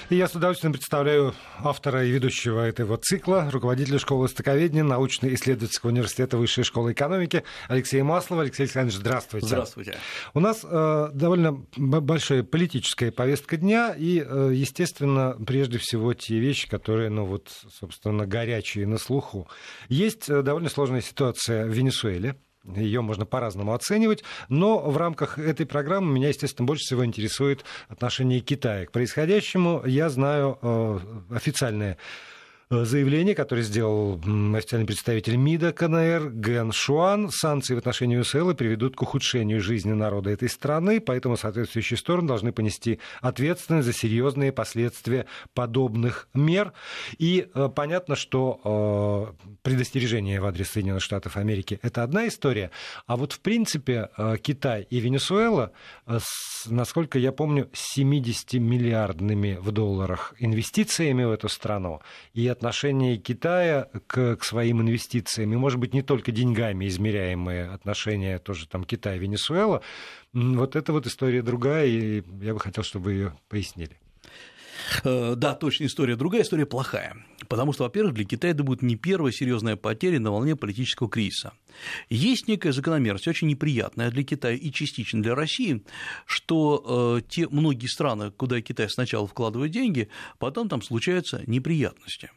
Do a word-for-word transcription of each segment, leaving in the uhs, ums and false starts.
И я с удовольствием представляю автора и ведущего этого цикла, руководителя школы востоковедения научно-исследовательского университета Высшей школы экономики Алексея Маслова. Алексей Александрович, здравствуйте. Здравствуйте. У нас э, довольно большая политическая повестка дня и, э, естественно, прежде всего те вещи, которые, ну вот, собственно, горячие на слуху. Есть э, довольно сложная ситуация в Венесуэле. Ее можно по-разному оценивать, но в рамках этой программы меня, естественно, больше всего интересует отношение Китая к происходящему. Я знаю э, официальное заявление, которое сделал официальный представитель МИДа КНР Ген Шуан. Санкции в отношении Венесуэлы приведут к ухудшению жизни народа этой страны, поэтому соответствующие стороны должны понести ответственность за серьезные последствия подобных мер. И э, понятно, что э, предостережение в адрес Соединенных Штатов Америки – это одна история, а вот в принципе э, Китай и Венесуэла, э, с, насколько я помню, семидесятимиллиардными в долларах инвестициями в эту страну, и отношение Китая к, к своим инвестициям, и, может быть, не только деньгами измеряемые отношения тоже там Китая и Венесуэла, вот эта вот история другая, и я бы хотел, чтобы вы ее пояснили. Да, точно, история другая, история плохая, потому что, во-первых, для Китая это будет не первая серьезная потеря на волне политического кризиса. Есть некая закономерность, очень неприятная для Китая и частично для России, что э, те многие страны, куда Китай сначала вкладывает деньги, потом там случаются неприятности.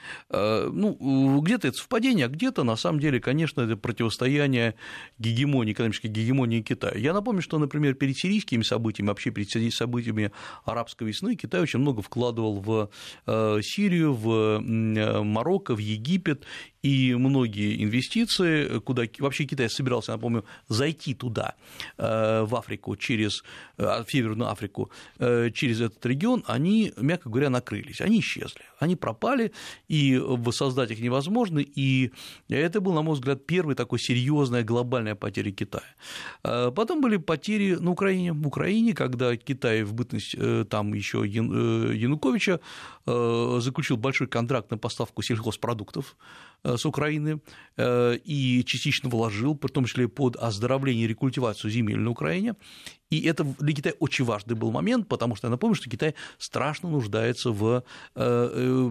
Ну, где-то это совпадение, а где-то, на самом деле, конечно, это противостояние гегемонии, экономической гегемонии Китая. Я напомню, что, например, перед сирийскими событиями, вообще перед событиями арабской весны Китай очень много вкладывал в Сирию, в Марокко, в Египет, и многие инвестиции, куда вообще Китай собирался, я напомню, зайти туда, в Африку, через, в Северную Африку, через этот регион, они, мягко говоря, накрылись, они исчезли, они пропали, и воссоздать их невозможно, и это был, на мой взгляд, первая такая серьезная глобальная потеря Китая. Потом были потери на Украине, в Украине, когда Китай в бытность там еще Януковича заключил большой контракт на поставку сельхозпродуктов с Украины и частично вложил, в том числе под оздоровление и рекультивацию земель на Украине. И это для Китая очень важный был момент, потому что я напомню, что Китай страшно нуждается в, в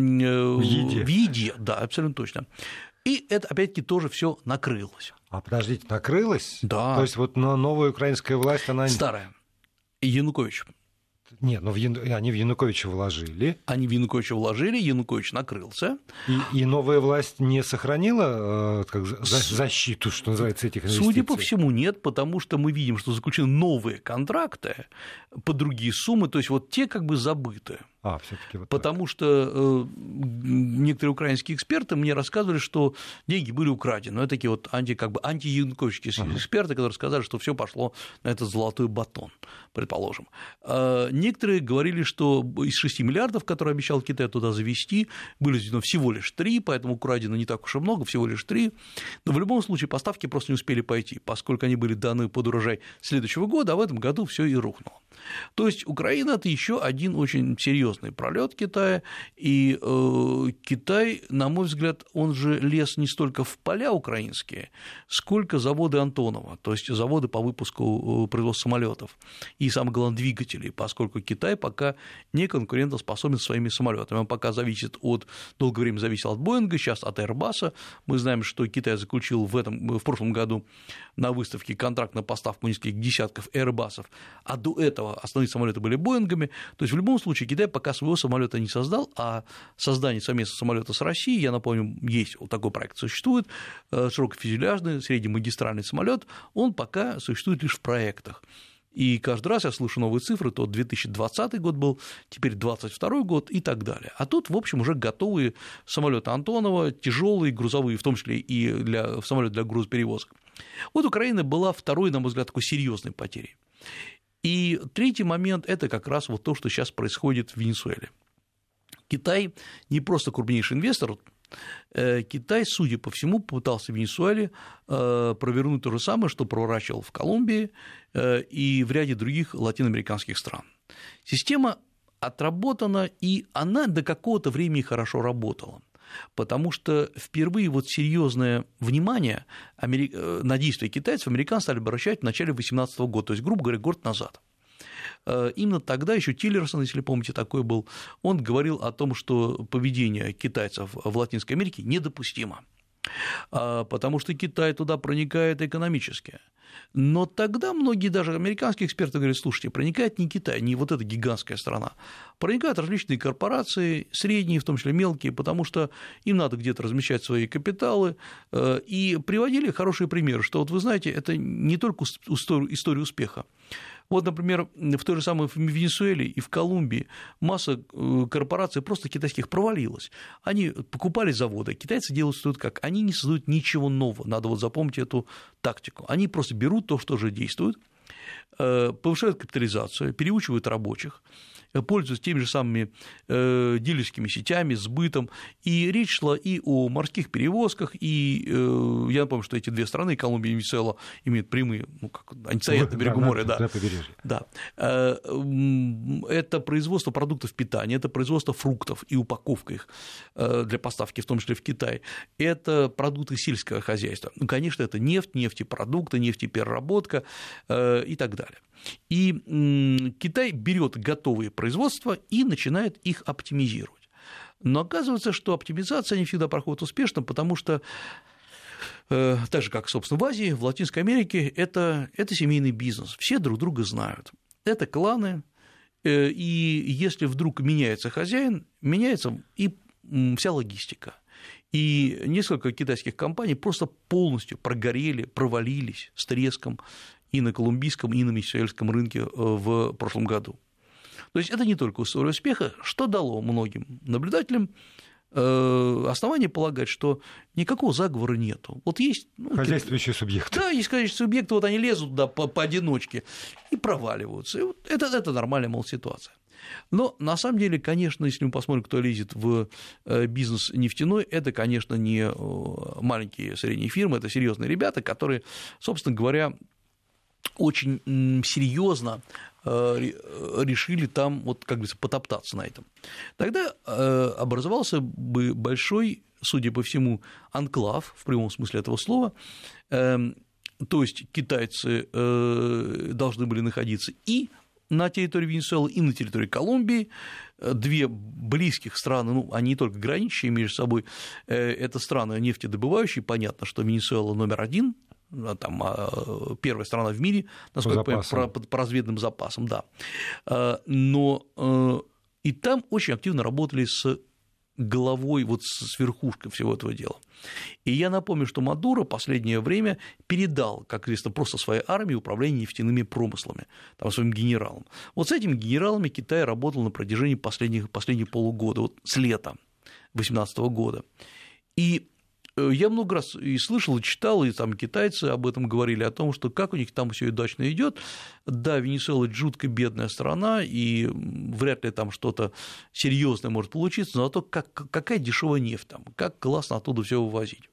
еде. В еде, да, абсолютно точно. И это, опять-таки, тоже все накрылось. А подождите, накрылось? Да. То есть вот новая украинская власть, она... Старая. Янукович. Нет, но в Яну... они в Януковича вложили. Они в Януковича вложили, Янукович накрылся. И, и новая власть не сохранила э, как, за, защиту, что называется, этих инвестиций? Судя по всему, нет, потому что мы видим, что заключены новые контракты по другие суммы, то есть вот те как бы забыты. А, всё-таки вот потому так. что э, некоторые украинские эксперты мне рассказывали, что деньги были украдены. Это такие вот анти, как бы антиянуковичские uh-huh. эксперты, которые сказали, что все пошло на этот золотой батон, предположим. Э, некоторые говорили, что из шести миллиардов, которые обещал Китай туда завести, были заведено всего лишь три, поэтому украдено не так уж и много, всего лишь три. Но в любом случае поставки просто не успели пойти, поскольку они были даны под урожай следующего года, а в этом году все и рухнуло. То есть Украина – это еще один очень серьезный пролет Китая, и э, Китай, на мой взгляд, он же лез не столько в поля украинские, сколько заводы Антонова, то есть заводы по выпуску производства самолетов и, самое главное, двигателей, поскольку Китай пока не конкурентоспособен своими самолетами, он пока зависит от, долгое время зависел от Боинга, сейчас от Airbus. Мы знаем, что Китай заключил в, этом, в прошлом году на выставке контракт на поставку нескольких десятков Airbus, а до этого основные самолеты были Боингами. То есть в любом случае Китай пока своего самолета не создал, а создание совместного самолета с Россией, я напомню, есть вот такой проект существует, широкофюзеляжный среднемагистральный самолет, он пока существует лишь в проектах. И каждый раз я слышу новые цифры, то две тысячи двадцатый год был, теперь двадцать второй год и так далее. А тут, в общем, уже готовые самолеты Антонова, тяжелые, грузовые, в том числе и для, самолеты для грузоперевозок. Вот Украина была второй, на мой взгляд, такой серьезной потерей. И третий момент – это как раз вот то, что сейчас происходит в Венесуэле. Китай не просто крупнейший инвестор, Китай, судя по всему, попытался в Венесуэле провернуть то же самое, что проворачивал в Колумбии и в ряде других латиноамериканских стран. Система отработана, и она до какого-то времени хорошо работала. Потому что впервые вот серьезное внимание на действия китайцев американцы стали обращать в начале две тысячи восемнадцатого года, то есть, грубо говоря, год назад. Именно тогда еще Тиллерсон, если помните, такой был, он говорил о том, что поведение китайцев в Латинской Америке недопустимо, потому что Китай туда проникает экономически. Но тогда многие даже американские эксперты говорят: слушайте, проникает не Китай, не вот эта гигантская страна, проникают различные корпорации, средние, в том числе мелкие, потому что им надо где-то размещать свои капиталы, и приводили хорошие примеры, что вот вы знаете, это не только история успеха. Вот, например, в той же самой Венесуэле и в Колумбии масса корпораций просто китайских провалилась. Они покупали заводы, китайцы делают что-то как, они не создают ничего нового, надо вот запомнить эту тактику. Они просто берут то, что уже действует, повышают капитализацию, переучивают рабочих, пользуются теми же самыми дилерскими сетями, сбытом, и речь шла и о морских перевозках, и я напомню, что эти две страны, Колумбия и Венесуэла, имеют прямые, ну, как они стоят на берегу моря, да, да. Это производство продуктов питания, это производство фруктов и упаковка их для поставки, в том числе в Китай, это продукты сельского хозяйства, ну, конечно, это нефть, нефтепродукты, нефтепереработка и так далее. И Китай берет готовые производства и начинает их оптимизировать. Но оказывается, что оптимизация не всегда проходит успешно, потому что, так же как, собственно, в Азии, в Латинской Америке, это, это семейный бизнес, все друг друга знают, это кланы, и если вдруг меняется хозяин, меняется и вся логистика. И несколько китайских компаний просто полностью прогорели, провалились с треском и на колумбийском, и на венесуэльском рынке в прошлом году. То есть это не только история успеха, что дало многим наблюдателям основание полагать, что никакого заговора нету. Вот есть, ну, хозяйствующие субъекты. Да, есть хозяйствующие субъекты, вот они лезут туда по- поодиночке и проваливаются. И вот это, это нормальная, мол, ситуация. Но на самом деле, конечно, если мы посмотрим, кто лезет в бизнес нефтяной, это, конечно, не маленькие средние фирмы, это серьезные ребята, которые, собственно говоря, очень серьезно решили там, вот, как говорится, потоптаться на этом. Тогда образовался бы большой, судя по всему, анклав, в прямом смысле этого слова, то есть китайцы должны были находиться и на территории Венесуэлы, и на территории Колумбии, две близких страны, ну, они не только граничащие между собой, это страны нефтедобывающие, понятно, что Венесуэла номер один, там, первая страна в мире, насколько я понимаю, по, по разведным запасам, да, но и там очень активно работали с головой, вот с верхушкой всего этого дела. И я напомню, что Мадуро в последнее время передал, как известно, просто своей армии управление нефтяными промыслами, там, своим генералам. Вот с этими генералами Китай работал на протяжении последних, последних полугода, вот с лета две тысячи восемнадцатого года. И я много раз и слышал, и читал, и там китайцы об этом говорили, о том, что как у них там все удачно идет. Да, Венесуэла жутко бедная страна, и вряд ли там что-то серьезное может получиться, но зато как, какая дешевая нефть там, как классно оттуда все вывозить.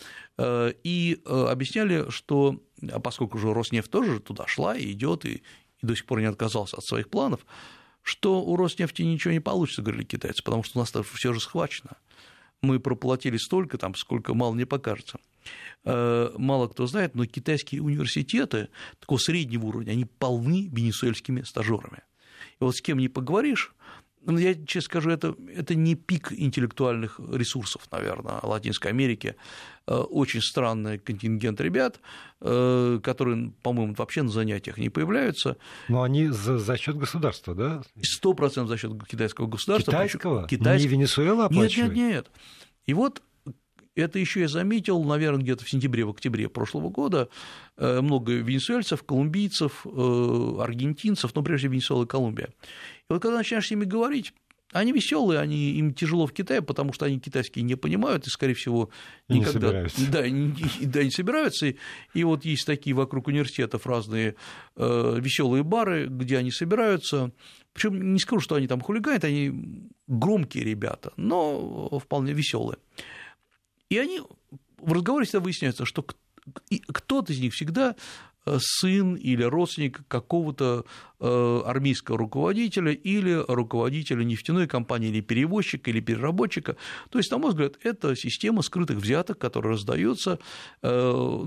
И объясняли, что, а поскольку уже Роснефть тоже туда шла и идет, и, и до сих пор не отказался от своих планов, что у Роснефти ничего не получится, говорили китайцы, потому что у нас все же схвачено. Мы проплатили столько, там, сколько мало не покажется. Мало кто знает, но китайские университеты такого среднего уровня, они полны венесуэльскими стажерами. И вот с кем не поговоришь, ну, я честно скажу, это, это не пик интеллектуальных ресурсов, наверное, Латинской Америки. Очень странный контингент ребят, которые, по-моему, вообще на занятиях не появляются. Но они за, за счет государства, да? Сто процентов за счет китайского государства. Китайского? Китайского. Не Венесуэла оплачивает? Нет, нет, нет. И вот это еще я заметил, наверное, где-то в сентябре, в октябре прошлого года много венесуэльцев, колумбийцев, аргентинцев, но прежде всего Венесуэла и Колумбия. И вот когда начинаешь с ними говорить, они веселые, они, им тяжело в Китае, потому что они китайский не понимают и, скорее всего, никогда… Не собираются. Да, не, да, не собираются. И, и вот есть такие вокруг университетов разные э, веселые бары, где они собираются. Причем не скажу, что они там хулиганят, они громкие ребята, но вполне веселые. И они в разговоре всегда выясняется, что кто-то из них всегда сын или родственник какого-то армейского руководителя или руководителя нефтяной компании, или перевозчика, или переработчика. То есть, на мой взгляд, это система скрытых взяток, которая раздается, ну,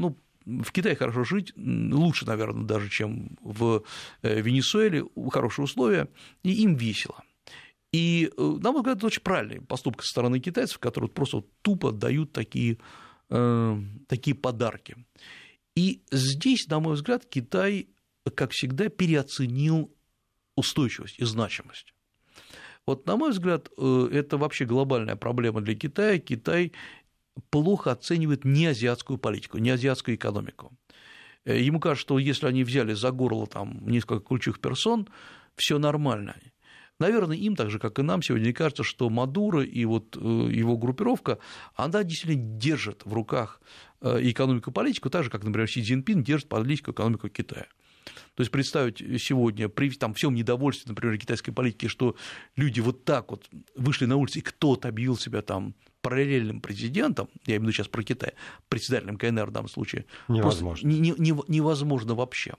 в Китае хорошо жить, лучше, наверное, даже, чем в Венесуэле, хорошие условия, и им весело. И, на мой взгляд, это очень правильный поступок со стороны китайцев, которые просто тупо дают такие, такие подарки. И здесь, на мой взгляд, Китай, как всегда, переоценил устойчивость и значимость. Вот, на мой взгляд, это вообще глобальная проблема для Китая. Китай плохо оценивает неазиатскую политику, неазиатскую экономику. Ему кажется, что если они взяли за горло там несколько ключевых персон, все нормально. Наверное, им, так же, как и нам, сегодня кажется, что Мадуро и вот его группировка, она действительно держит в руках экономику и политику, так же, как, например, Си Цзиньпин держит политику и экономику Китая. То есть представить сегодня при там, всем недовольстве, например, китайской политики, что люди вот так вот вышли на улицу, и кто-то объявил себя там параллельным президентом, я имею в виду сейчас про Китай, председателем ка эн эр в данном случае, невозможно, не, не, не, невозможно вообще.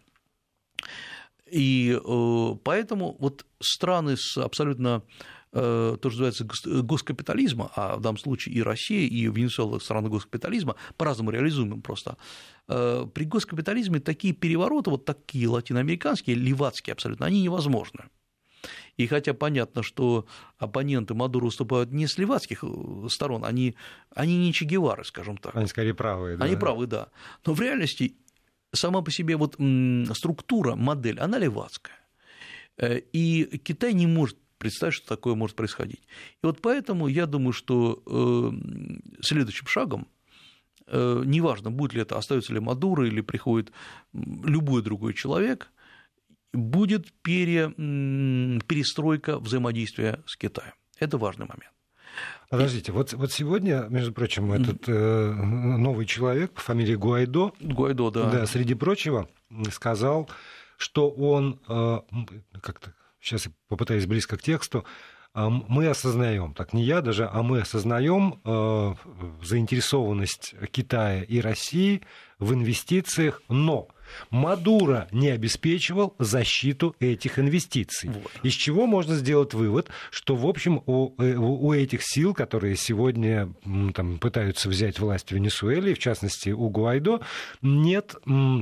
И э, поэтому вот страны с абсолютно, э, то, что называется, госкапитализма, а в данном случае и Россия, и Венесуэла страны госкапитализма, по-разному реализуемым просто, э, при госкапитализме такие перевороты, вот такие латиноамериканские, ливацкие абсолютно, они невозможны. И хотя понятно, что оппоненты Мадуро выступают не с ливацких сторон, они, они не Че Гевары, скажем так. Они скорее правые, да? Они правые, да. Но в реальности сама по себе вот структура, модель, она ливацкая. И Китай не может представить, что такое может происходить. И вот поэтому я думаю, что следующим шагом, неважно, будет ли это, остается ли Мадуро или приходит любой другой человек, будет пере, перестройка взаимодействия с Китаем. Это важный момент. Подождите, вот, вот сегодня, между прочим, этот э, новый человек по фамилии Гуайдо, Гуайдо, да. Да, среди прочего, сказал, что он, э, как-то, сейчас я попытаюсь близко к тексту, э, мы осознаем, так не я даже, а мы осознаем э, заинтересованность Китая и России в инвестициях, но Мадуро не обеспечивал защиту этих инвестиций. Вот. Из чего можно сделать вывод, что, в общем, у, у этих сил, которые сегодня там, пытаются взять власть в Венесуэле, в частности, у Гуайдо, нет...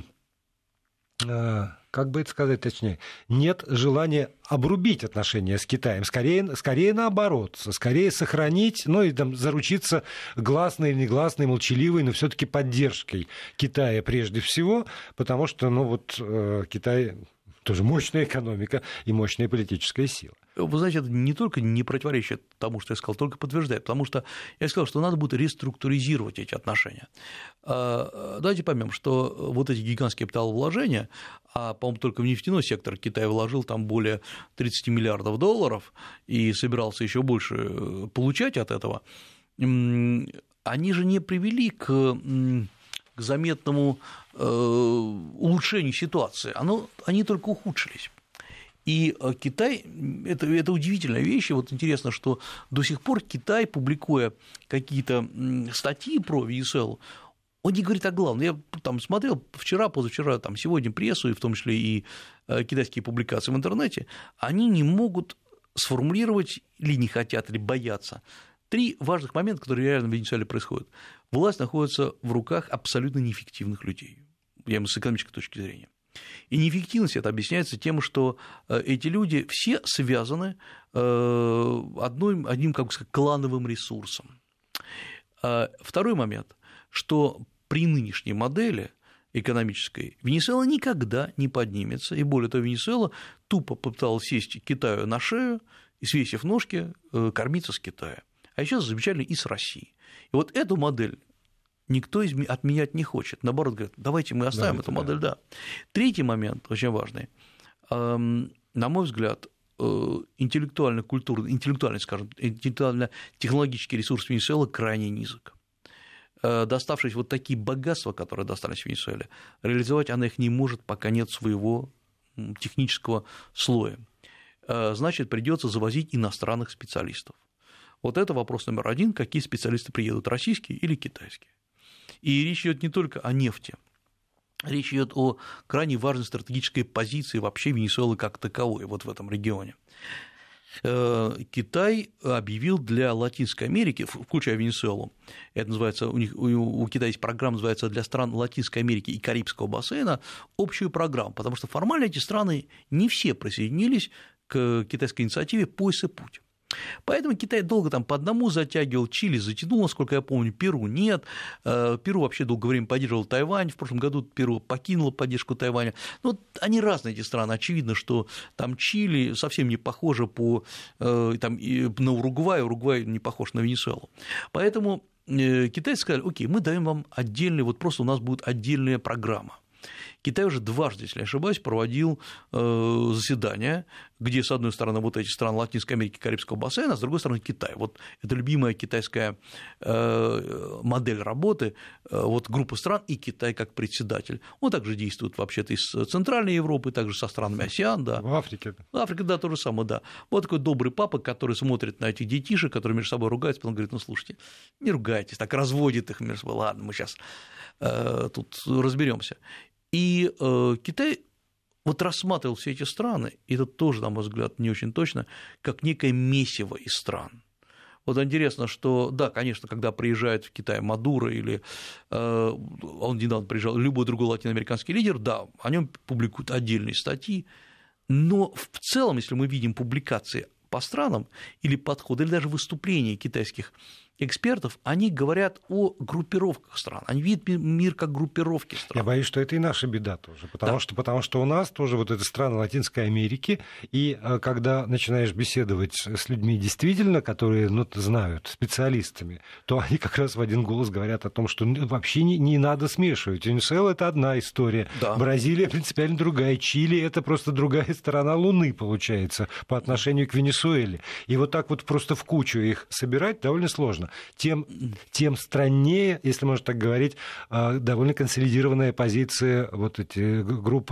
как бы это сказать точнее, нет желания обрубить отношения с Китаем, скорее, скорее наоборот, скорее сохранить, ну и там заручиться гласной или негласной, молчаливой, но все-таки поддержкой Китая прежде всего, потому что, ну вот, Китай тоже мощная экономика и мощная политическая сила. Вы знаете, это не только не противоречит тому, что я сказал, только подтверждает, потому что я сказал, что надо будет реструктуризировать эти отношения. Давайте поймем, что вот эти гигантские капиталовложения, а, по-моему, только в нефтяной сектор Китай вложил там более тридцать миллиардов долларов и собирался еще больше получать от этого, они же не привели к, к заметному улучшению ситуации, Оно, они только ухудшились. И Китай – это, это удивительная вещь, и вот интересно, что до сих пор Китай, публикуя какие-то статьи про Венесуэлу, он не говорит о главном. Я там смотрел вчера, позавчера, там, сегодня прессу, и в том числе и китайские публикации в интернете, они не могут сформулировать, или не хотят, или боятся, три важных момента, которые реально в Венесуэле происходят. Власть находится в руках абсолютно неэффективных людей, я имею в виду с экономической точки зрения. И неэффективность это объясняется тем, что эти люди все связаны одной, одним, как бы сказать, клановым ресурсом. Второй момент, что при нынешней модели экономической Венесуэла никогда не поднимется, и более того, Венесуэла тупо попыталась сесть Китаю на шею и, свесив ножки, кормиться с Китая. А сейчас замечательно и с Россией. И вот эту модель никто отменять не хочет. Наоборот, говорят, давайте мы оставим да, эту модель, да. Третий момент, очень важный. На мой взгляд, интеллектуально-культурный, интеллектуальный, скажем, интеллектуально-технологический ресурс Венесуэлы крайне низок. Доставшись вот такие богатства, которые достались Венесуэле, реализовать она их не может, пока нет своего технического слоя. Значит, придется завозить иностранных специалистов. Вот это вопрос номер один, какие специалисты приедут, российские или китайские. И речь идет не только о нефти, речь идет о крайне важной стратегической позиции вообще Венесуэлы как таковой вот в этом регионе. Китай объявил для Латинской Америки, включая Венесуэлу, это называется, у них у Китая есть программа, называется для стран Латинской Америки и Карибского бассейна, общую программу, потому что формально эти страны не все присоединились к китайской инициативе «Пояс и путь». Поэтому Китай долго там по одному затягивал, Чили затянул, насколько я помню, Перу нет, Перу вообще долгое время поддерживал Тайвань, в прошлом году Перу покинула поддержку Тайваня. Ну, вот они разные, эти страны, очевидно, что там Чили совсем не похоже по, там, на Уругвай, Уругвай не похож на Венесуэлу. Поэтому китайцы сказали: окей, мы даем вам отдельный, вот просто у нас будет отдельная программа. Китай уже дважды, если не ошибаюсь, проводил заседания, где, с одной стороны, вот эти страны Латинской Америки, Карибского бассейна, а с другой стороны, Китай. Вот это любимая китайская модель работы, вот группа стран и Китай как председатель. Он также действует вообще-то из Центральной Европы, также со странами АСЕАН, да. В Африке. В Африке, да, то же самое, да. Вот такой добрый папа, который смотрит на этих детишек, которые между собой ругаются, потом говорит: ну, слушайте, не ругайтесь, так разводит их между собой, ладно, мы сейчас тут разберемся. И э, Китай вот рассматривал все эти страны, и это тоже, на мой взгляд, не очень точно, как некое месиво из стран. Вот интересно, что, да, конечно, когда приезжает в Китай Мадуро или э, он недавно приезжал, любой другой латиноамериканский лидер, да, о нем публикуют отдельные статьи, но в целом, если мы видим публикации по странам или подходы, или даже выступления китайских экспертов, они говорят о группировках стран, они видят мир как группировки стран. Я боюсь, что это и наша беда тоже, потому, да. что, потому что у нас тоже вот эти страны Латинской Америки, и когда начинаешь беседовать с людьми действительно, которые, ну, знают, специалистами, то они как раз в один голос говорят о том, что вообще не, не надо смешивать. Венесуэла — это одна история, да. Бразилия принципиально другая, Чили — это просто другая сторона Луны, получается, по отношению к Венесуэле. И вот так вот просто в кучу их собирать довольно сложно. Тем, тем страннее, если можно так говорить, довольно консолидированная позиция вот эти группы,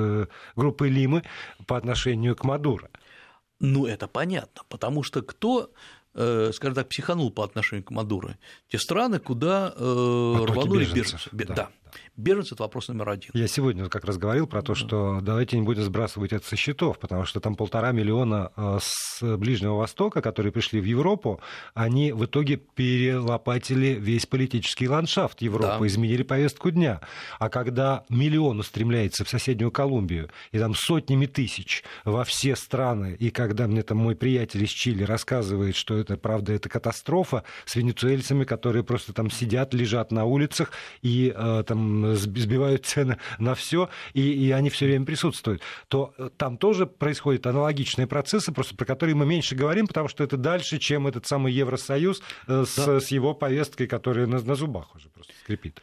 группы Лимы по отношению к Мадуро. Ну, это понятно, потому что кто, скажем так, психанул по отношению к Мадуро? Те страны, куда Потоки рванули беженцы. Да. Да. Беженцы — это вопрос номер один. Я сегодня как раз говорил про то, что давайте не будем сбрасывать это со счетов, потому что там полтора миллиона с Ближнего Востока, которые пришли в Европу, они в итоге перелопатили весь политический ландшафт Европы, да. Изменили повестку дня. А когда миллион устремляется в соседнюю Колумбию, и там сотнями тысяч во все страны, и когда мне там мой приятель из Чили рассказывает, что это, правда, это катастрофа с венесуэльцами, которые просто там сидят, лежат на улицах и там сбивают цены на все, и, и они все время присутствуют, то там тоже происходят аналогичные процессы, просто про которые мы меньше говорим, потому что это дальше, чем этот самый Евросоюз с, да. с его повесткой, которая на, на зубах уже просто скрипит.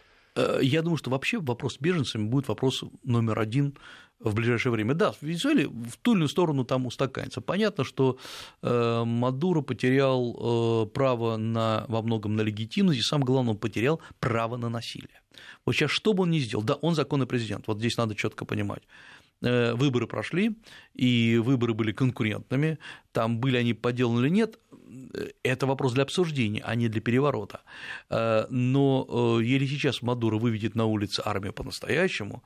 Я думаю, что вообще вопрос с беженцами будет вопрос номер один в ближайшее время. Да, в Венесуэле в ту или иную сторону там устаканится. Понятно, что Мадуро потерял право на, во многом на легитимность, и самое главное, он потерял право на насилие. Вот сейчас что бы он ни сделал, да, он законный президент, вот здесь надо четко понимать. Выборы прошли, и выборы были конкурентными, там были они подделаны или нет, это вопрос для обсуждения, а не для переворота. Но если сейчас Мадуро выведет на улицы армию по-настоящему,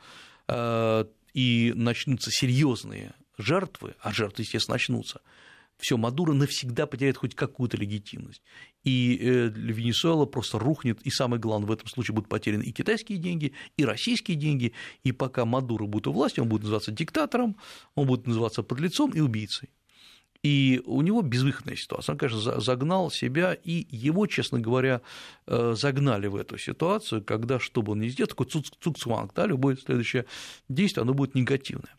и начнутся серьезные жертвы, а жертвы, естественно, начнутся, все, Мадуро навсегда потеряет хоть какую-то легитимность. И Венесуэла просто рухнет, и самое главное, в этом случае будут потеряны и китайские деньги, и российские деньги, и пока Мадуро будет у власти, он будет называться диктатором, он будет называться подлецом и убийцей. И у него безвыходная ситуация. Он, конечно, загнал себя, и его, честно говоря, загнали в эту ситуацию, когда, что бы он ни сделал, такой цуцванг, да, любое следующее действие, оно будет негативное.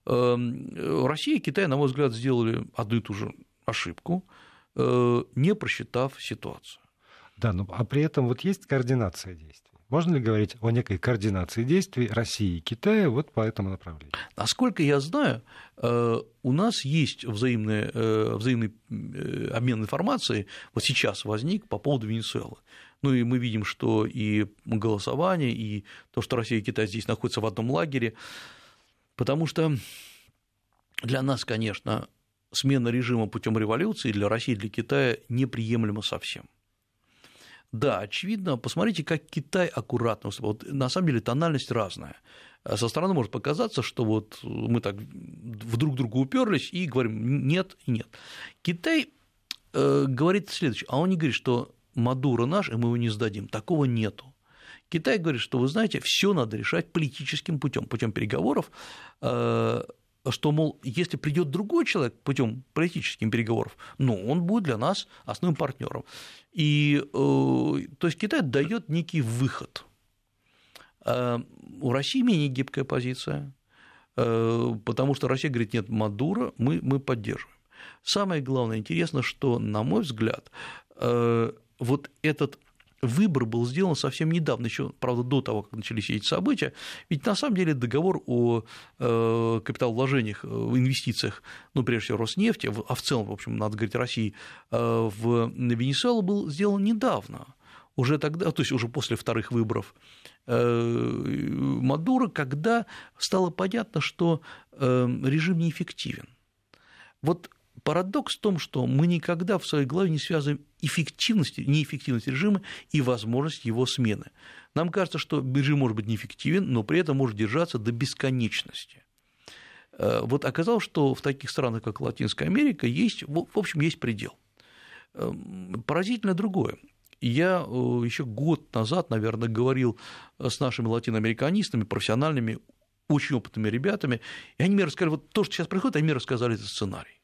Россия и Китай, на мой взгляд, сделали одну и ту же ошибку, не просчитав ситуацию. Да, но а при этом вот есть координация действий. Можно ли говорить о некой координации действий России и Китая вот по этому направлению? Насколько я знаю, у нас есть взаимный, взаимный обмен информацией, вот сейчас возник по поводу Венесуэлы. Ну и мы видим, что и голосование, и то, что Россия и Китай здесь находятся в одном лагере, потому что для нас, конечно, смена режима путем революции для России и для Китая неприемлема совсем. Да, очевидно, посмотрите, как Китай аккуратно, вот, на самом деле тональность разная. Со стороны может показаться, что вот мы так в друг друга уперлись и говорим нет и нет. Китай говорит следующее, а он не говорит, что Мадуро наш, и мы его не сдадим. Такого нету. Китай говорит, что, вы знаете, все надо решать политическим путем, путем переговоров, что, мол, если придет другой человек путем политических переговоров, ну, он будет для нас основным партнером. И, то есть, Китай дает некий выход. У России менее гибкая позиция, потому что Россия говорит, нет, Мадуро мы, мы поддерживаем. Самое главное, интересно, что, на мой взгляд, вот этот выбор был сделан совсем недавно, еще, правда, до того, как начались эти события, ведь на самом деле договор о капиталовложениях, в инвестициях, ну, прежде всего, Роснефти, а в целом, в общем, надо говорить, России, в Венесуэлу был сделан недавно, уже тогда, то есть уже после вторых выборов Мадуро, когда стало понятно, что режим неэффективен. Вот парадокс в том, что мы никогда в своей голове не связываем эффективность, неэффективность режима и возможность его смены. Нам кажется, что режим может быть неэффективен, но при этом может держаться до бесконечности. Вот оказалось, что в таких странах, как Латинская Америка, есть, в общем, есть предел. Поразительно другое. Я еще год назад, наверное, говорил с нашими латиноамериканистами, профессиональными, очень опытными ребятами, и они мне рассказали, вот то, что сейчас происходит, они мне рассказали этот сценарий.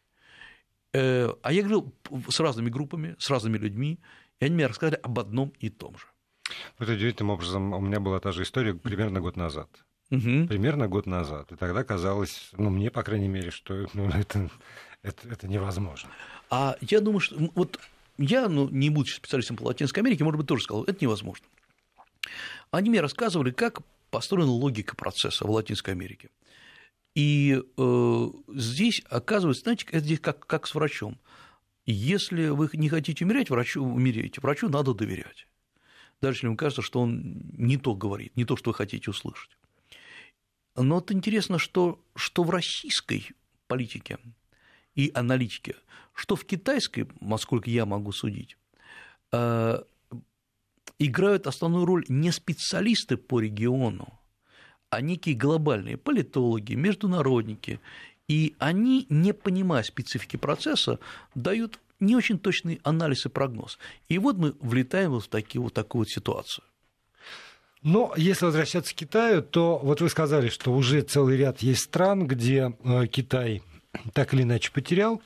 А я говорил с разными группами, с разными людьми, и они мне рассказали об одном и том же. Вот удивительным образом у меня была та же история примерно год назад. Угу. Примерно год назад. И тогда казалось, ну, мне, по крайней мере, что ну, это, это, это невозможно. А я думаю, что вот я, ну, не будучи специалистом по Латинской Америке, может быть, тоже сказал, это невозможно. Они мне рассказывали, как построена логика процесса в Латинской Америке. И э, здесь, оказывается, знаете, это здесь как, как с врачом. Если вы не хотите умереть, врачу, умереть, врачу надо доверять. Даже если вам кажется, что он не то говорит, не то, что вы хотите услышать. Но вот интересно, что, что в российской политике и аналитике, что в китайской, насколько я могу судить, э, играют основную роль не специалисты по региону, а некие глобальные политологи, международники, и они, не понимая специфики процесса, дают не очень точный анализ и прогноз. И вот мы влетаем вот в такие, вот такую вот ситуацию. Но если возвращаться к Китаю, то вот вы сказали, что уже целый ряд есть стран, где Китай так или иначе потерял.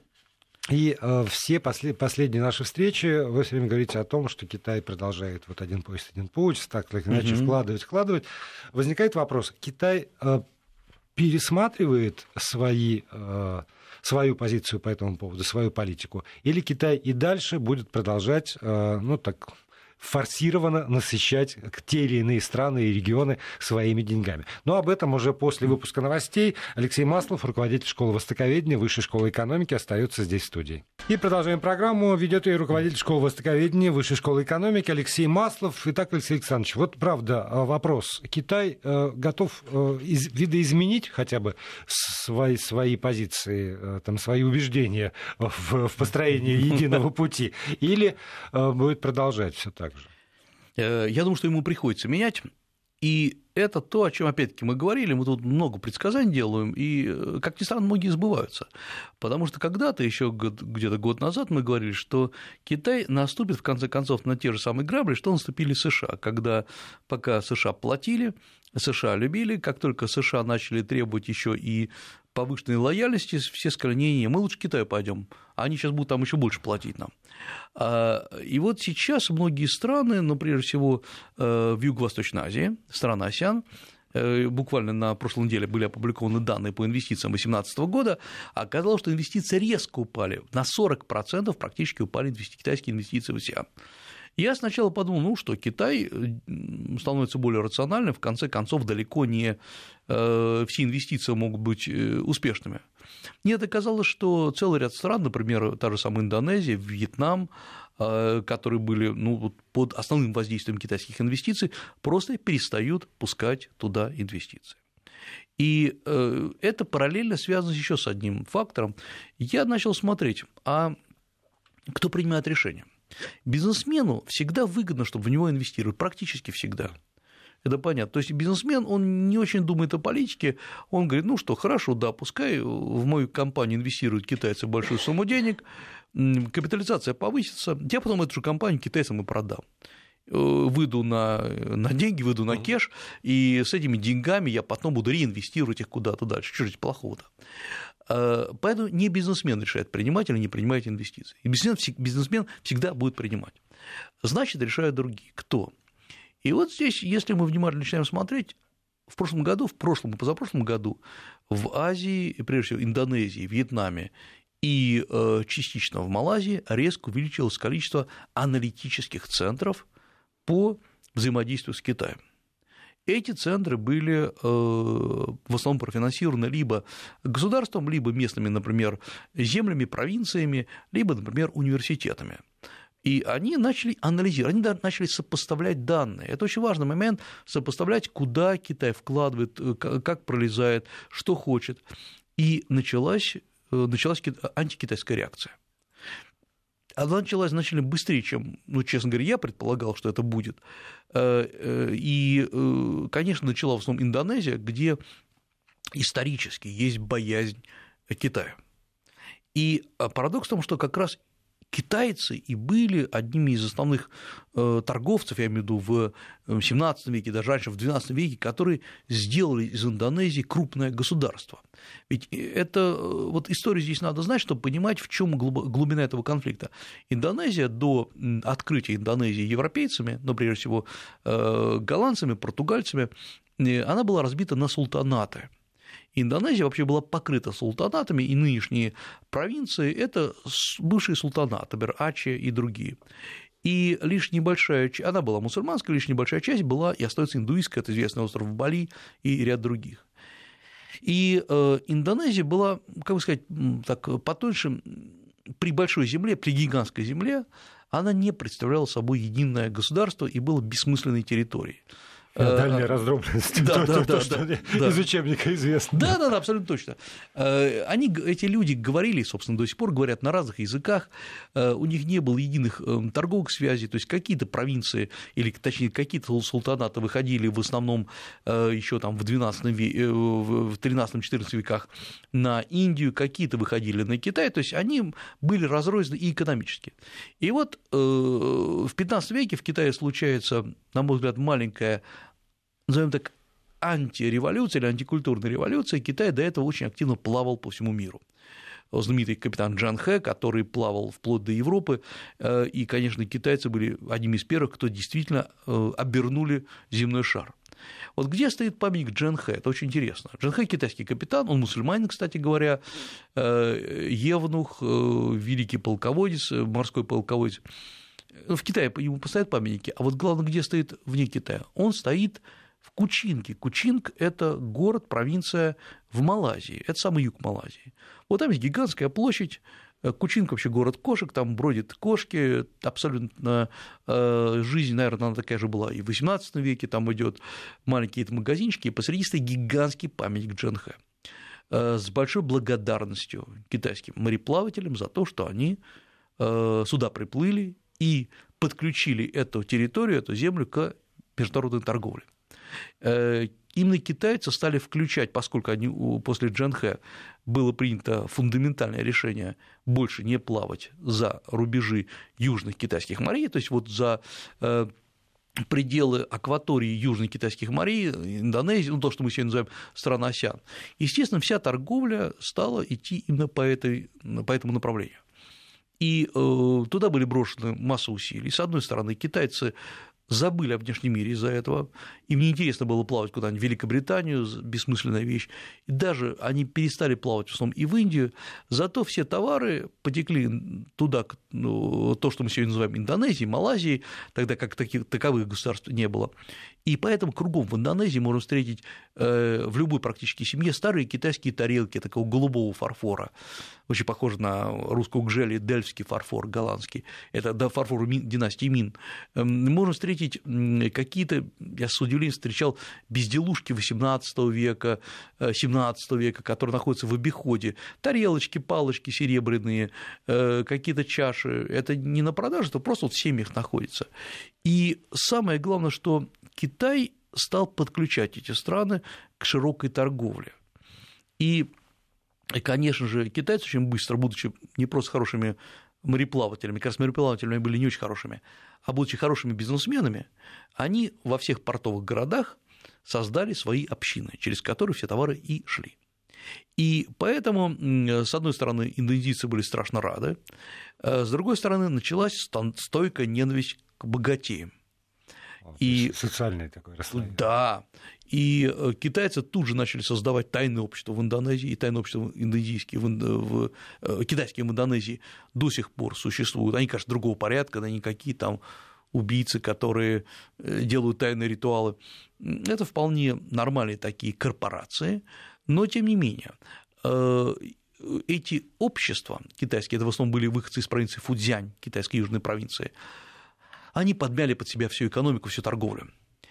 И э, все послед... последние наши встречи вы все время говорите о том, что Китай продолжает вот один поезд, один путь, так или иначе mm-hmm. вкладывать, вкладывать. Возникает вопрос, Китай э, пересматривает свои, э, свою позицию по этому поводу, свою политику, или Китай и дальше будет продолжать, э, ну так, форсированно насыщать те или иные страны и регионы своими деньгами. Но об этом уже после выпуска новостей. Алексей Маслов, руководитель школы востоковедения Высшей школы экономики, остается здесь в студии. И продолжаем программу. Ведет ее руководитель школы востоковедения Высшей школы экономики Алексей Маслов. Итак, Алексей Александрович, вот правда вопрос. Китай э, готов э, из, видоизменить хотя бы свои, свои позиции, э, там, свои убеждения в, в построении единого пути? Или э, будет продолжать все так? Я думаю, что ему приходится менять, и это то, о чем опять-таки мы говорили, мы тут много предсказаний делаем, и, как ни странно, многие сбываются, потому что когда-то, еще где-то год назад, мы говорили, что Китай наступит, в конце концов, на те же самые грабли, что наступили США, когда пока США платили, США любили, как только США начали требовать еще и повышенной лояльности, все сказали, не-не, мы лучше к Китаю пойдем, они сейчас будут там еще больше платить нам. И вот сейчас многие страны, ну, прежде всего, в Юго-Восточной Азии, страны АСЕАН, буквально на прошлой неделе были опубликованы данные по инвестициям две тысячи восемнадцатого года, оказалось, что инвестиции резко упали, на сорок процентов практически упали китайские инвестиции в АСЕАН. Я сначала подумал, ну что, Китай становится более рациональным, в конце концов, далеко не все инвестиции могут быть успешными. Нет, оказалось, что целый ряд стран, например, та же самая Индонезия, Вьетнам, которые были ну, под основным воздействием китайских инвестиций, просто перестают пускать туда инвестиции. И это параллельно связано еще с одним фактором. Я начал смотреть, а кто принимает решения? Бизнесмену всегда выгодно, чтобы в него инвестировали, практически всегда. Это понятно. То есть бизнесмен, он не очень думает о политике, он говорит, ну что, хорошо, да, пускай в мою компанию инвестируют китайцы большую сумму денег, капитализация повысится, я потом эту же компанию китайцам и продам. Выйду на, на деньги, выйду на кэш, и с этими деньгами я потом буду реинвестировать их куда-то дальше. Что же здесь плохого-то? Поэтому не бизнесмен решает, принимать или не принимать инвестиции. И бизнесмен, бизнесмен всегда будет принимать. Значит, решают другие. Кто? И вот здесь, если мы внимательно начинаем смотреть, в прошлом году, в прошлом и позапрошлом году в Азии, прежде всего Индонезии, Вьетнаме и частично в Малайзии резко увеличилось количество аналитических центров по взаимодействию с Китаем. Эти центры были в основном профинансированы либо государством, либо местными, например, землями, провинциями, либо, например, университетами. И они начали анализировать, они начали сопоставлять данные. Это очень важный момент, сопоставлять, куда Китай вкладывает, как пролезает, что хочет. И началась, началась антикитайская реакция. Она началась значительно быстрее, чем, ну, честно говоря, я предполагал, что это будет. И, конечно, начала в основном Индонезия, где исторически есть боязнь Китая. И парадокс в том, что как раз китайцы и были одними из основных торговцев, я имею в виду, в семнадцатом веке, даже раньше, в двенадцатом веке, которые сделали из Индонезии крупное государство. Ведь это, вот историю здесь надо знать, чтобы понимать, в чем глубина этого конфликта. Индонезия до открытия Индонезии европейцами, ну, прежде всего, голландцами, португальцами, она была разбита на султанаты. Индонезия вообще была покрыта султанатами, и нынешние провинции – это бывшие султанаты, например, Аче и другие. И лишь небольшая часть, она была мусульманская, лишь небольшая часть была и остается индуистская, это известный остров Бали и ряд других. И Индонезия была, как бы сказать, так, потоньше, при большой земле, при гигантской земле, она не представляла собой единое государство и была бессмысленной территорией. Дальняя раздробленность, да, то, да, то, да, что да, из да. учебника известно. Да, да, да, абсолютно точно. Они, эти люди говорили, собственно, до сих пор говорят на разных языках, у них не было единых торговых связей, то есть какие-то провинции, или, точнее, какие-то султанаты выходили в основном еще там в двенадцатом веке, в тринадцатом-четырнадцатом веках на Индию, какие-то выходили на Китай, то есть они были разрознены и экономически. И вот в пятнадцатом веке в Китае случается, на мой взгляд, маленькая, назовем так, антиреволюция или антикультурная революция. Китай до этого очень активно плавал по всему миру. Знаменитый капитан Джан Хэ, который плавал вплоть до Европы, и, конечно, китайцы были одними из первых, кто действительно обернули земной шар. Вот где стоит памятник Джан Хэ, это очень интересно. Джан Хэ – китайский капитан, он мусульманин, кстати говоря, евнух, великий полководец, морской полководец. В Китае ему поставят памятники, а вот главное, где стоит вне Китая? Он стоит в Кучинге. Кучинг – это город, провинция в Малайзии, это самый юг Малайзии. Вот там есть гигантская площадь, Кучинг вообще город кошек, там бродят кошки, абсолютно жизнь, наверное, она такая же была и в восемнадцатом веке, там идет маленькие магазинчики, и посреди стоит гигантский памятник Джан Хэ с большой благодарностью китайским мореплавателям за то, что они сюда приплыли и подключили эту территорию, эту землю к международной торговле. Именно китайцы стали включать, поскольку они, после Джан Хэ было принято фундаментальное решение больше не плавать за рубежи южных китайских морей, то есть вот за пределы акватории южных китайских морей, Индонезии, ну, то, что мы сегодня называем страна АСЕАН. Естественно, вся торговля стала идти именно по, этой, по этому направлению. И туда были брошены масса усилий. С одной стороны, китайцы забыли о внешнем мире из-за этого, им неинтересно было плавать куда-нибудь в Великобританию, бессмысленная вещь, и даже они перестали плавать в основном и в Индию, зато все товары потекли туда, ну, то, что мы сегодня называем Индонезией, Малайзией, тогда как таких, таковых государств не было. И поэтому кругом в Индонезии можно встретить в любой практически семье старые китайские тарелки такого голубого фарфора, очень похоже на русскую гжель, дельфский фарфор голландский, это фарфор династии Мин. Можно встретить какие-то, я с удивлением встречал безделушки восемнадцатого века, семнадцатого века, которые находятся в обиходе, тарелочки, палочки серебряные, какие-то чаши, это не на продажу, это просто вот в семьях находится. И самое главное, что Китай стал подключать эти страны к широкой торговле. И, конечно же, китайцы очень быстро, будучи не просто хорошими мореплавателями, как раз мореплавателями были не очень хорошими, а будучи хорошими бизнесменами, они во всех портовых городах создали свои общины, через которые все товары и шли. И поэтому, с одной стороны, индонезийцы были страшно рады, с другой стороны, началась стойкая ненависть к богатеям. И социальное такое расслоение. Да, и китайцы тут же начали создавать тайные общества в Индонезии, и тайные общества индонезийские, в, в, китайские в Индонезии до сих пор существуют. Они, конечно, другого порядка, да, никакие там убийцы, которые делают тайные ритуалы. Это вполне нормальные такие корпорации, но тем не менее эти общества китайские, это в основном были выходцы из провинции Фуцзянь, китайской южной провинции, они подмяли под себя всю экономику, всю торговлю.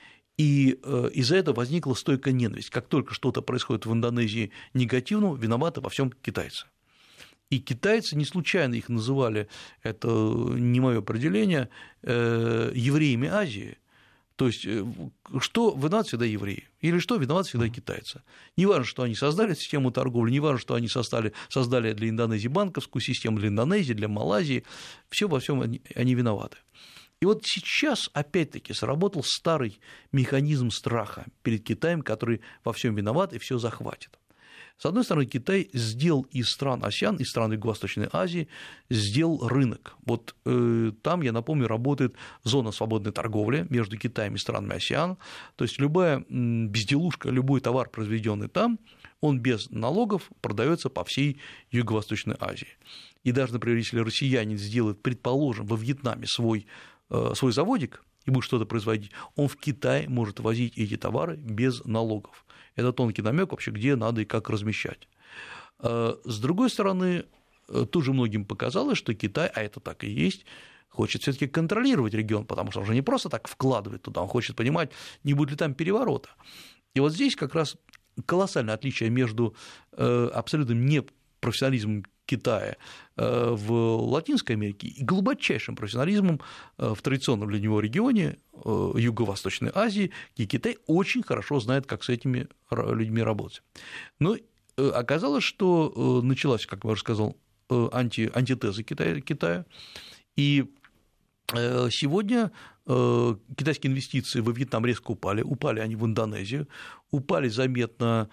И из-за этого возникла стойкая ненависть. Как только что-то происходит в Индонезии негативного, виноваты во всем китайцы. И китайцы не случайно их называли, это не мое определение, евреями Азии. То есть, что виноваты всегда евреи, или что виноваты всегда китайцы. Не важно, что они создали систему торговли, не важно, что они создали, создали для Индонезии банковскую систему, для Индонезии, для Малайзии, все во всем они, они виноваты. И вот сейчас, опять-таки, сработал старый механизм страха перед Китаем, который во всем виноват и все захватит. С одной стороны, Китай сделал из стран АСЕАН, из стран Юго-Восточной Азии, сделал рынок. Вот э, там, я напомню, работает зона свободной торговли между Китаем и странами АСЕАН. То есть любая безделушка, любой товар, произведенный там, он без налогов продается по всей Юго-Восточной Азии. И даже, например, если россиянин сделает, предположим, во Вьетнаме свой, э, свой заводик и будет что-то производить, он в Китай может возить эти товары без налогов. Это тонкий намек вообще, где надо и как размещать. С другой стороны, тоже многим показалось, что Китай, а это так и есть, хочет все-таки контролировать регион, потому что он же не просто так вкладывает туда, он хочет понимать, не будет ли там переворота. И вот здесь как раз колоссальное отличие между абсолютным непрофессионализмом Китая в Латинской Америке и глубочайшим профессионализмом в традиционном для него регионе Юго-Восточной Азии, где Китай очень хорошо знает, как с этими людьми работать. Но оказалось, что началась, как я уже сказал, анти, антитеза Китая, Китая, и сегодня китайские инвестиции во Вьетнам резко упали, упали они в Индонезию, упали заметно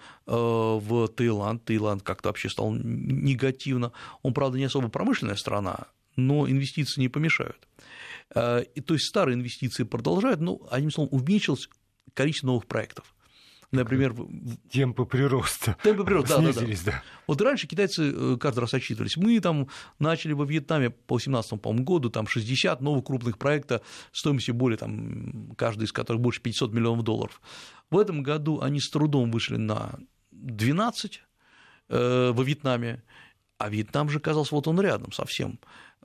в Таиланд, Таиланд как-то вообще стал негативно, он, правда, не особо промышленная страна, но инвестиции не помешают. И, то есть старые инвестиции продолжают, но, одним словом, уменьшилось количество новых проектов. Например, темпы прироста. Темпы прироста, да, снизились, да, да. да. Вот раньше китайцы каждый раз отчитывались. Мы там начали во Вьетнаме по восемнадцатому, по-моему, году там шестьдесят новых крупных проектов стоимостью более, там, каждый из которых больше пятьсот миллионов долларов. В этом году они с трудом вышли на двенадцать э, во Вьетнаме, а Вьетнам же оказался вот он рядом совсем.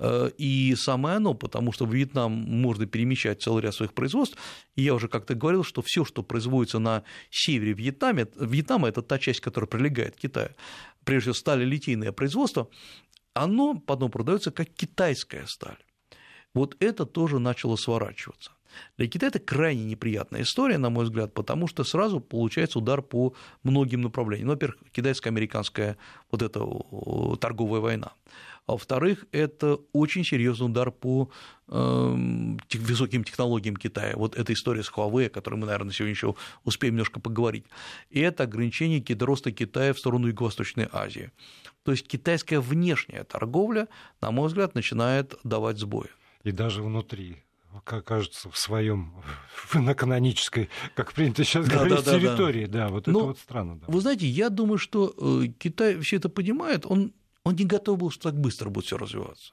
И самое оно, потому что в Вьетнам можно перемещать целый ряд своих производств, и я уже как-то говорил, что все, что производится на севере Вьетнама, Вьетнама – это та часть, которая прилегает к Китаю, прежде всего сталелитейное производство, оно потом продается как китайская сталь. Вот это тоже начало сворачиваться. Для Китая это крайне неприятная история, на мой взгляд, потому что сразу получается удар по многим направлениям. Ну, во-первых, китайско-американская вот эта торговая война. А во-вторых, это очень серьезный удар по э, высоким технологиям Китая. Вот эта история с Huawei, о которой мы, наверное, сегодня еще успеем немножко поговорить. И это ограничение роста Китая в сторону Юго-Восточной Азии. То есть китайская внешняя торговля, на мой взгляд, начинает давать сбои. И даже внутри. Как кажется, в своем на канонической, как принято сейчас да, говорить, да, территории. Да, да. да вот Но, это вот странно. Да. Вы знаете, я думаю, что Китай все это понимает, он, он не готов был, что так быстро будет все развиваться.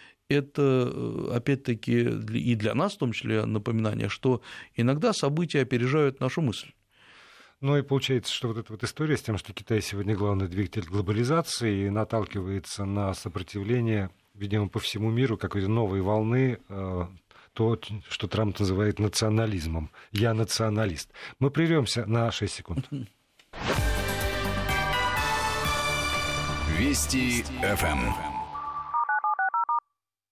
Это, опять-таки, и для нас, в том числе, напоминание, что иногда события опережают нашу мысль. Ну и получается, что вот эта вот история с тем, что Китай сегодня главный двигатель глобализации и наталкивается на сопротивление, видимо, по всему миру какой-то новой волны, то, что Трамп называет национализмом. Я националист. Мы прервемся на шесть секунд. Вести эф эм.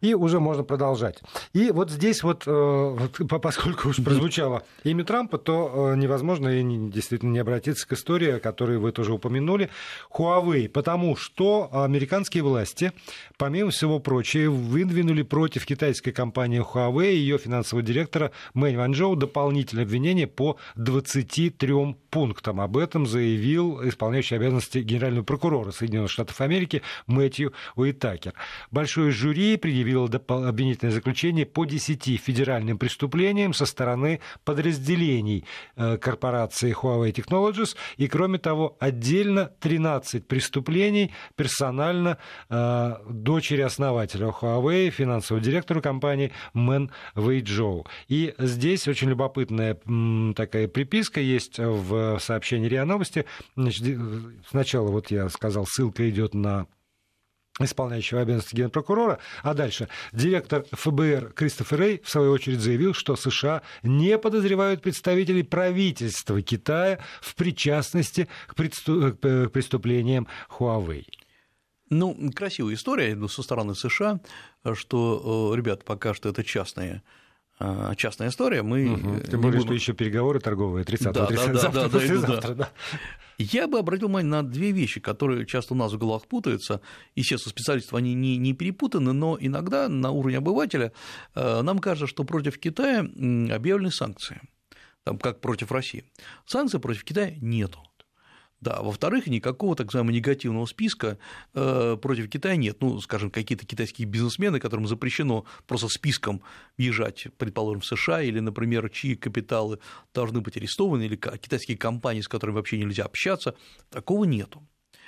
и уже можно продолжать. И вот здесь вот, поскольку уж прозвучало имя Трампа, то невозможно и действительно не обратиться к истории, о которой вы тоже упомянули, Huawei, потому что американские власти, помимо всего прочего, выдвинули против китайской компании Huawei и ее финансового директора Мэнь Ванчжоу дополнительное обвинение по двадцати трём пунктам. Об этом заявил исполняющий обязанности генерального прокурора Соединенных Штатов Америки Мэтью Уитакер. Большое жюри предъявило обвинительное заключение по десяти федеральным преступлениям со стороны подразделений корпорации Huawei Technologies, и, кроме того, отдельно тринадцать преступлений персонально э, дочери основателя Huawei, финансового директора компании Мэн Вэйчжоу. И здесь очень любопытная м, такая приписка есть в сообщении РИА Новости. Значит, сначала, вот я сказал, ссылка идет на исполняющего обязанности генпрокурора, а дальше директор эф бэ эр Кристофер Рэй в свою очередь заявил, что США не подозревают представителей правительства Китая в причастности к преступлениям Huawei. Ну, красивая история со стороны США, что, ребят, пока что это частные частная история, мы... Угу. Тем более, будем... что еще переговоры торговые тридцатого, тридцатого, завтра, да, да, послезавтра, да. да. Я бы обратил внимание на две вещи, которые часто у нас в головах путаются. Естественно, специалистов они не, не перепутаны, но иногда на уровне обывателя нам кажется, что против Китая объявлены санкции, там, как против России. Санкций против Китая нету. Да, во-вторых, никакого так называемого негативного списка э, против Китая нет. Ну, скажем, какие-то китайские бизнесмены, которым запрещено просто списком въезжать, предположим, в США, или, например, чьи капиталы должны быть арестованы, или китайские компании, с которыми вообще нельзя общаться, такого нету.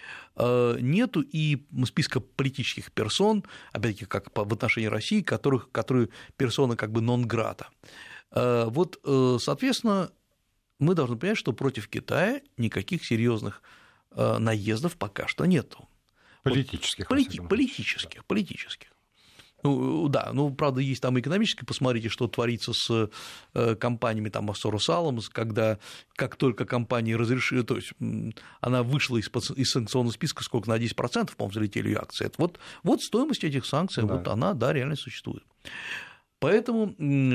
Э, нету и списка политических персон, опять-таки, как в отношении России, которых, которые персоны как бы нон-грата. Э, вот, э, соответственно, мы должны понять, что против Китая никаких серьезных наездов пока что нету. Политических. Вот, полити- политических, да. политических. Ну, да, ну, правда, есть там экономические, посмотрите, что творится с компаниями, там, с Росалом, когда, как только компания разрешила, то есть она вышла из, из санкционного списка, сколько, на десять процентов, по-моему, взлетели ее акции. Вот, вот стоимость этих санкций, да. Вот она, да, реально существует. Поэтому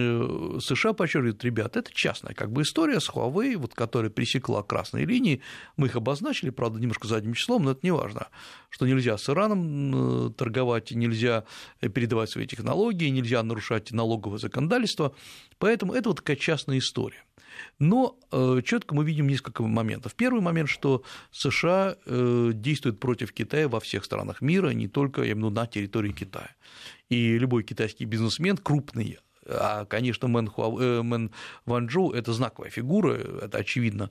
США подчеркивают, ребят, это частная как бы история с Huawei, вот, которая пересекла красные линии, мы их обозначили, правда, немножко задним числом, но это не важно, что нельзя с Ираном торговать, нельзя передавать свои технологии, нельзя нарушать налоговое законодательство, поэтому это вот такая частная история. Но четко мы видим несколько моментов. Первый момент, что США действуют против Китая во всех странах мира, не только, я имею в виду, на территории Китая. И любой китайский бизнесмен крупный, а, конечно, Мэн, Хуа... Мэн Ванчжоу – это знаковая фигура, это очевидно,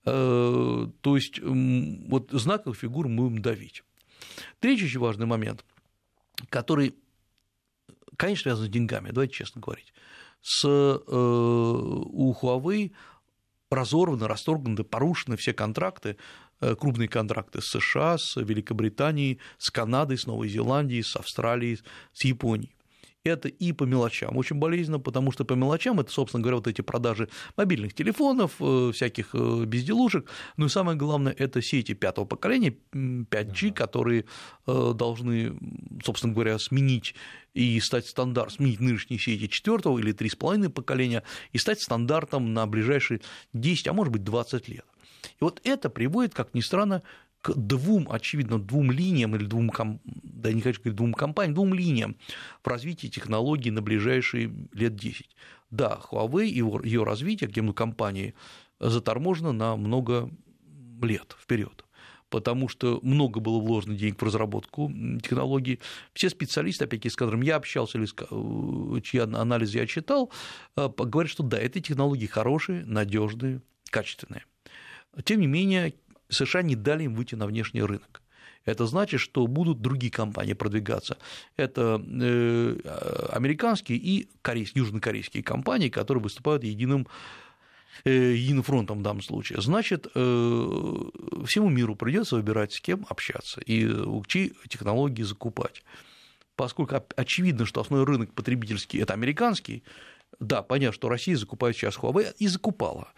то есть вот знаковых фигур мы будем давить. Третий очень важный момент, который, конечно, связан с деньгами, давайте честно говорить. С, у Huawei разорваны, расторгнуты, порушены все контракты, крупные контракты с США, с Великобританией, с Канадой, с Новой Зеландией, с Австралией, с Японией. Это и по мелочам очень болезненно, потому что по мелочам это, собственно говоря, вот эти продажи мобильных телефонов, всяких безделушек, но и самое главное – это сети пятого поколения, пять джи, которые должны, собственно говоря, сменить и стать стандартом, сменить нынешние сети четвертого или три с половиной поколения и стать стандартом на ближайшие десять, а может быть двадцать лет. И вот это приводит, как ни странно, к двум, очевидно, двум линиям, или двум, да не хочу говорить двум компаниям, двум линиям в развитии технологий на ближайшие лет десять. Да, Huawei и ее развитие, как компании, заторможено на много лет вперед, потому что много было вложено денег в разработку технологий. Все специалисты, опять-таки, с которыми я общался, или чьи анализы я читал, говорят, что да, эти технологии хорошие, надежные, качественные. Тем не менее, США не дали им выйти на внешний рынок. Это значит, что будут другие компании продвигаться. Это американские и корейские, южнокорейские компании, которые выступают единым, единым фронтом в данном случае. Значит, всему миру придется выбирать, с кем общаться и чьи технологии закупать. Поскольку очевидно, что основной рынок потребительский – это американский, да, понятно, что Россия закупает сейчас Huawei и закупала.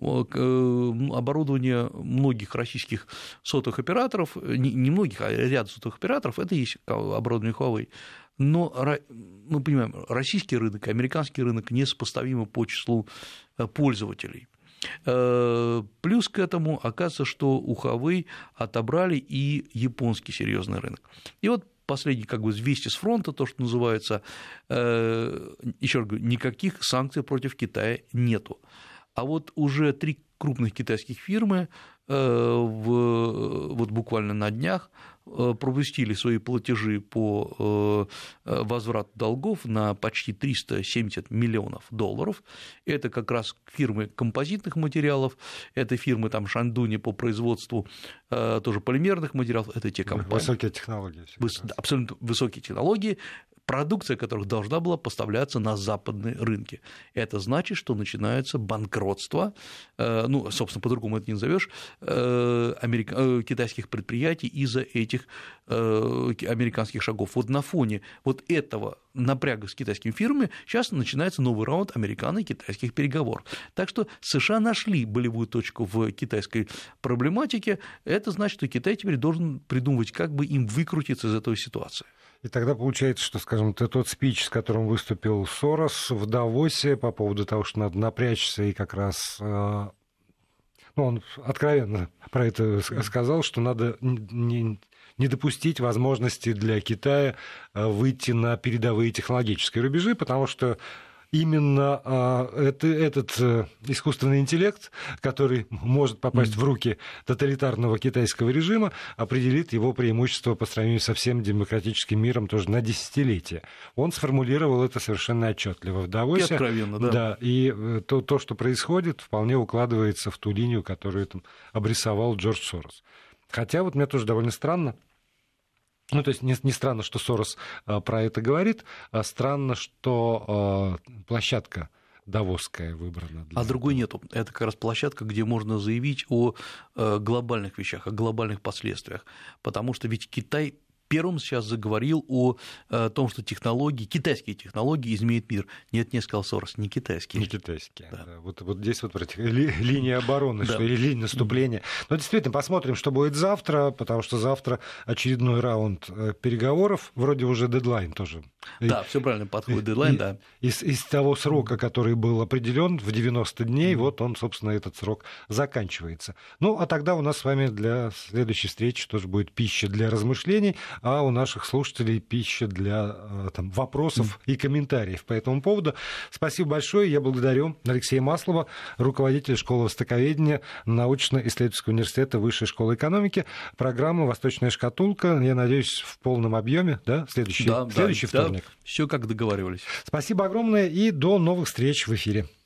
Оборудование многих российских сотовых операторов, не многих, а ряд сотовых операторов, это есть оборудование Huawei. Но мы понимаем, российский рынок и американский рынок несопоставимы по числу пользователей. Плюс к этому оказывается, что у Huawei отобрали и японский серьезный рынок. И вот последний как бы вести с фронта, то, что называется, еще раз говорю, никаких санкций против Китая нету. А вот уже три крупных китайских фирмы в, вот буквально на днях пропустили свои платежи по возврату долгов на почти триста семьдесят миллионов долларов. Это как раз фирмы композитных материалов, это фирмы там Шаньдуни по производству тоже полимерных материалов, это те компании. Высокие технологии. Выс... Абсолютно высокие технологии, продукция которых должна была поставляться на западные рынки. Это значит, что начинается банкротство, ну, собственно, по-другому это не назовешь, америка... китайских предприятий из-за этих американских шагов. Вот на фоне вот этого напряга с китайскими фирмами сейчас начинается новый раунд американо-китайских переговоров. Так что США нашли болевую точку в китайской проблематике. Это значит, что Китай теперь должен придумывать, как бы им выкрутиться из этой ситуации. И тогда получается, что, скажем, тот спич, с которым выступил Сорос в Давосе по поводу того, что надо напрячься, и как раз, ну, он откровенно про это сказал, что надо не, не допустить возможности для Китая выйти на передовые технологические рубежи, потому что именно это, этот искусственный интеллект, который может попасть mm. в руки тоталитарного китайского режима, определит его преимущество по сравнению со всем демократическим миром тоже на десятилетия. Он сформулировал это совершенно отчетливо в Давосе. И откровенно, да. Да, и то, то, что происходит, вполне укладывается в ту линию, которую там обрисовал Джордж Сорос. Хотя вот мне тоже довольно странно. Ну, то есть не, не странно, что Сорос а, про это говорит, а странно, что а, площадка давосская выбрана. Для а этого. Другой нету. Это как раз площадка, где можно заявить о э, глобальных вещах, о глобальных последствиях. Потому что ведь Китай первым сейчас заговорил о, о том, что технологии, китайские технологии изменят мир. Нет, не сказал Сорос, не китайские. Не китайские, да. Да. Вот, вот здесь вот против... Ли, линия обороны, да. что, или линия наступления. Но действительно, посмотрим, что будет завтра, потому что завтра очередной раунд переговоров, вроде уже дедлайн тоже. Да, все правильно, подходит дедлайн, и, да. Из, из того срока, который был определен в девяносто дней, mm-hmm. вот он, собственно, этот срок заканчивается. Ну, а тогда у нас с вами для следующей встречи тоже будет пища для размышлений, а у наших слушателей пища для там, вопросов mm. и комментариев по этому поводу. Спасибо большое. Я благодарю Алексея Маслова, руководителя школы востоковедения научно-исследовательского университета Высшей школы экономики. Программа «Восточная шкатулка». Я надеюсь, в полном объеме, да? Следующий, да, следующий да, вторник. Да. Все как договаривались. Спасибо огромное и до новых встреч в эфире.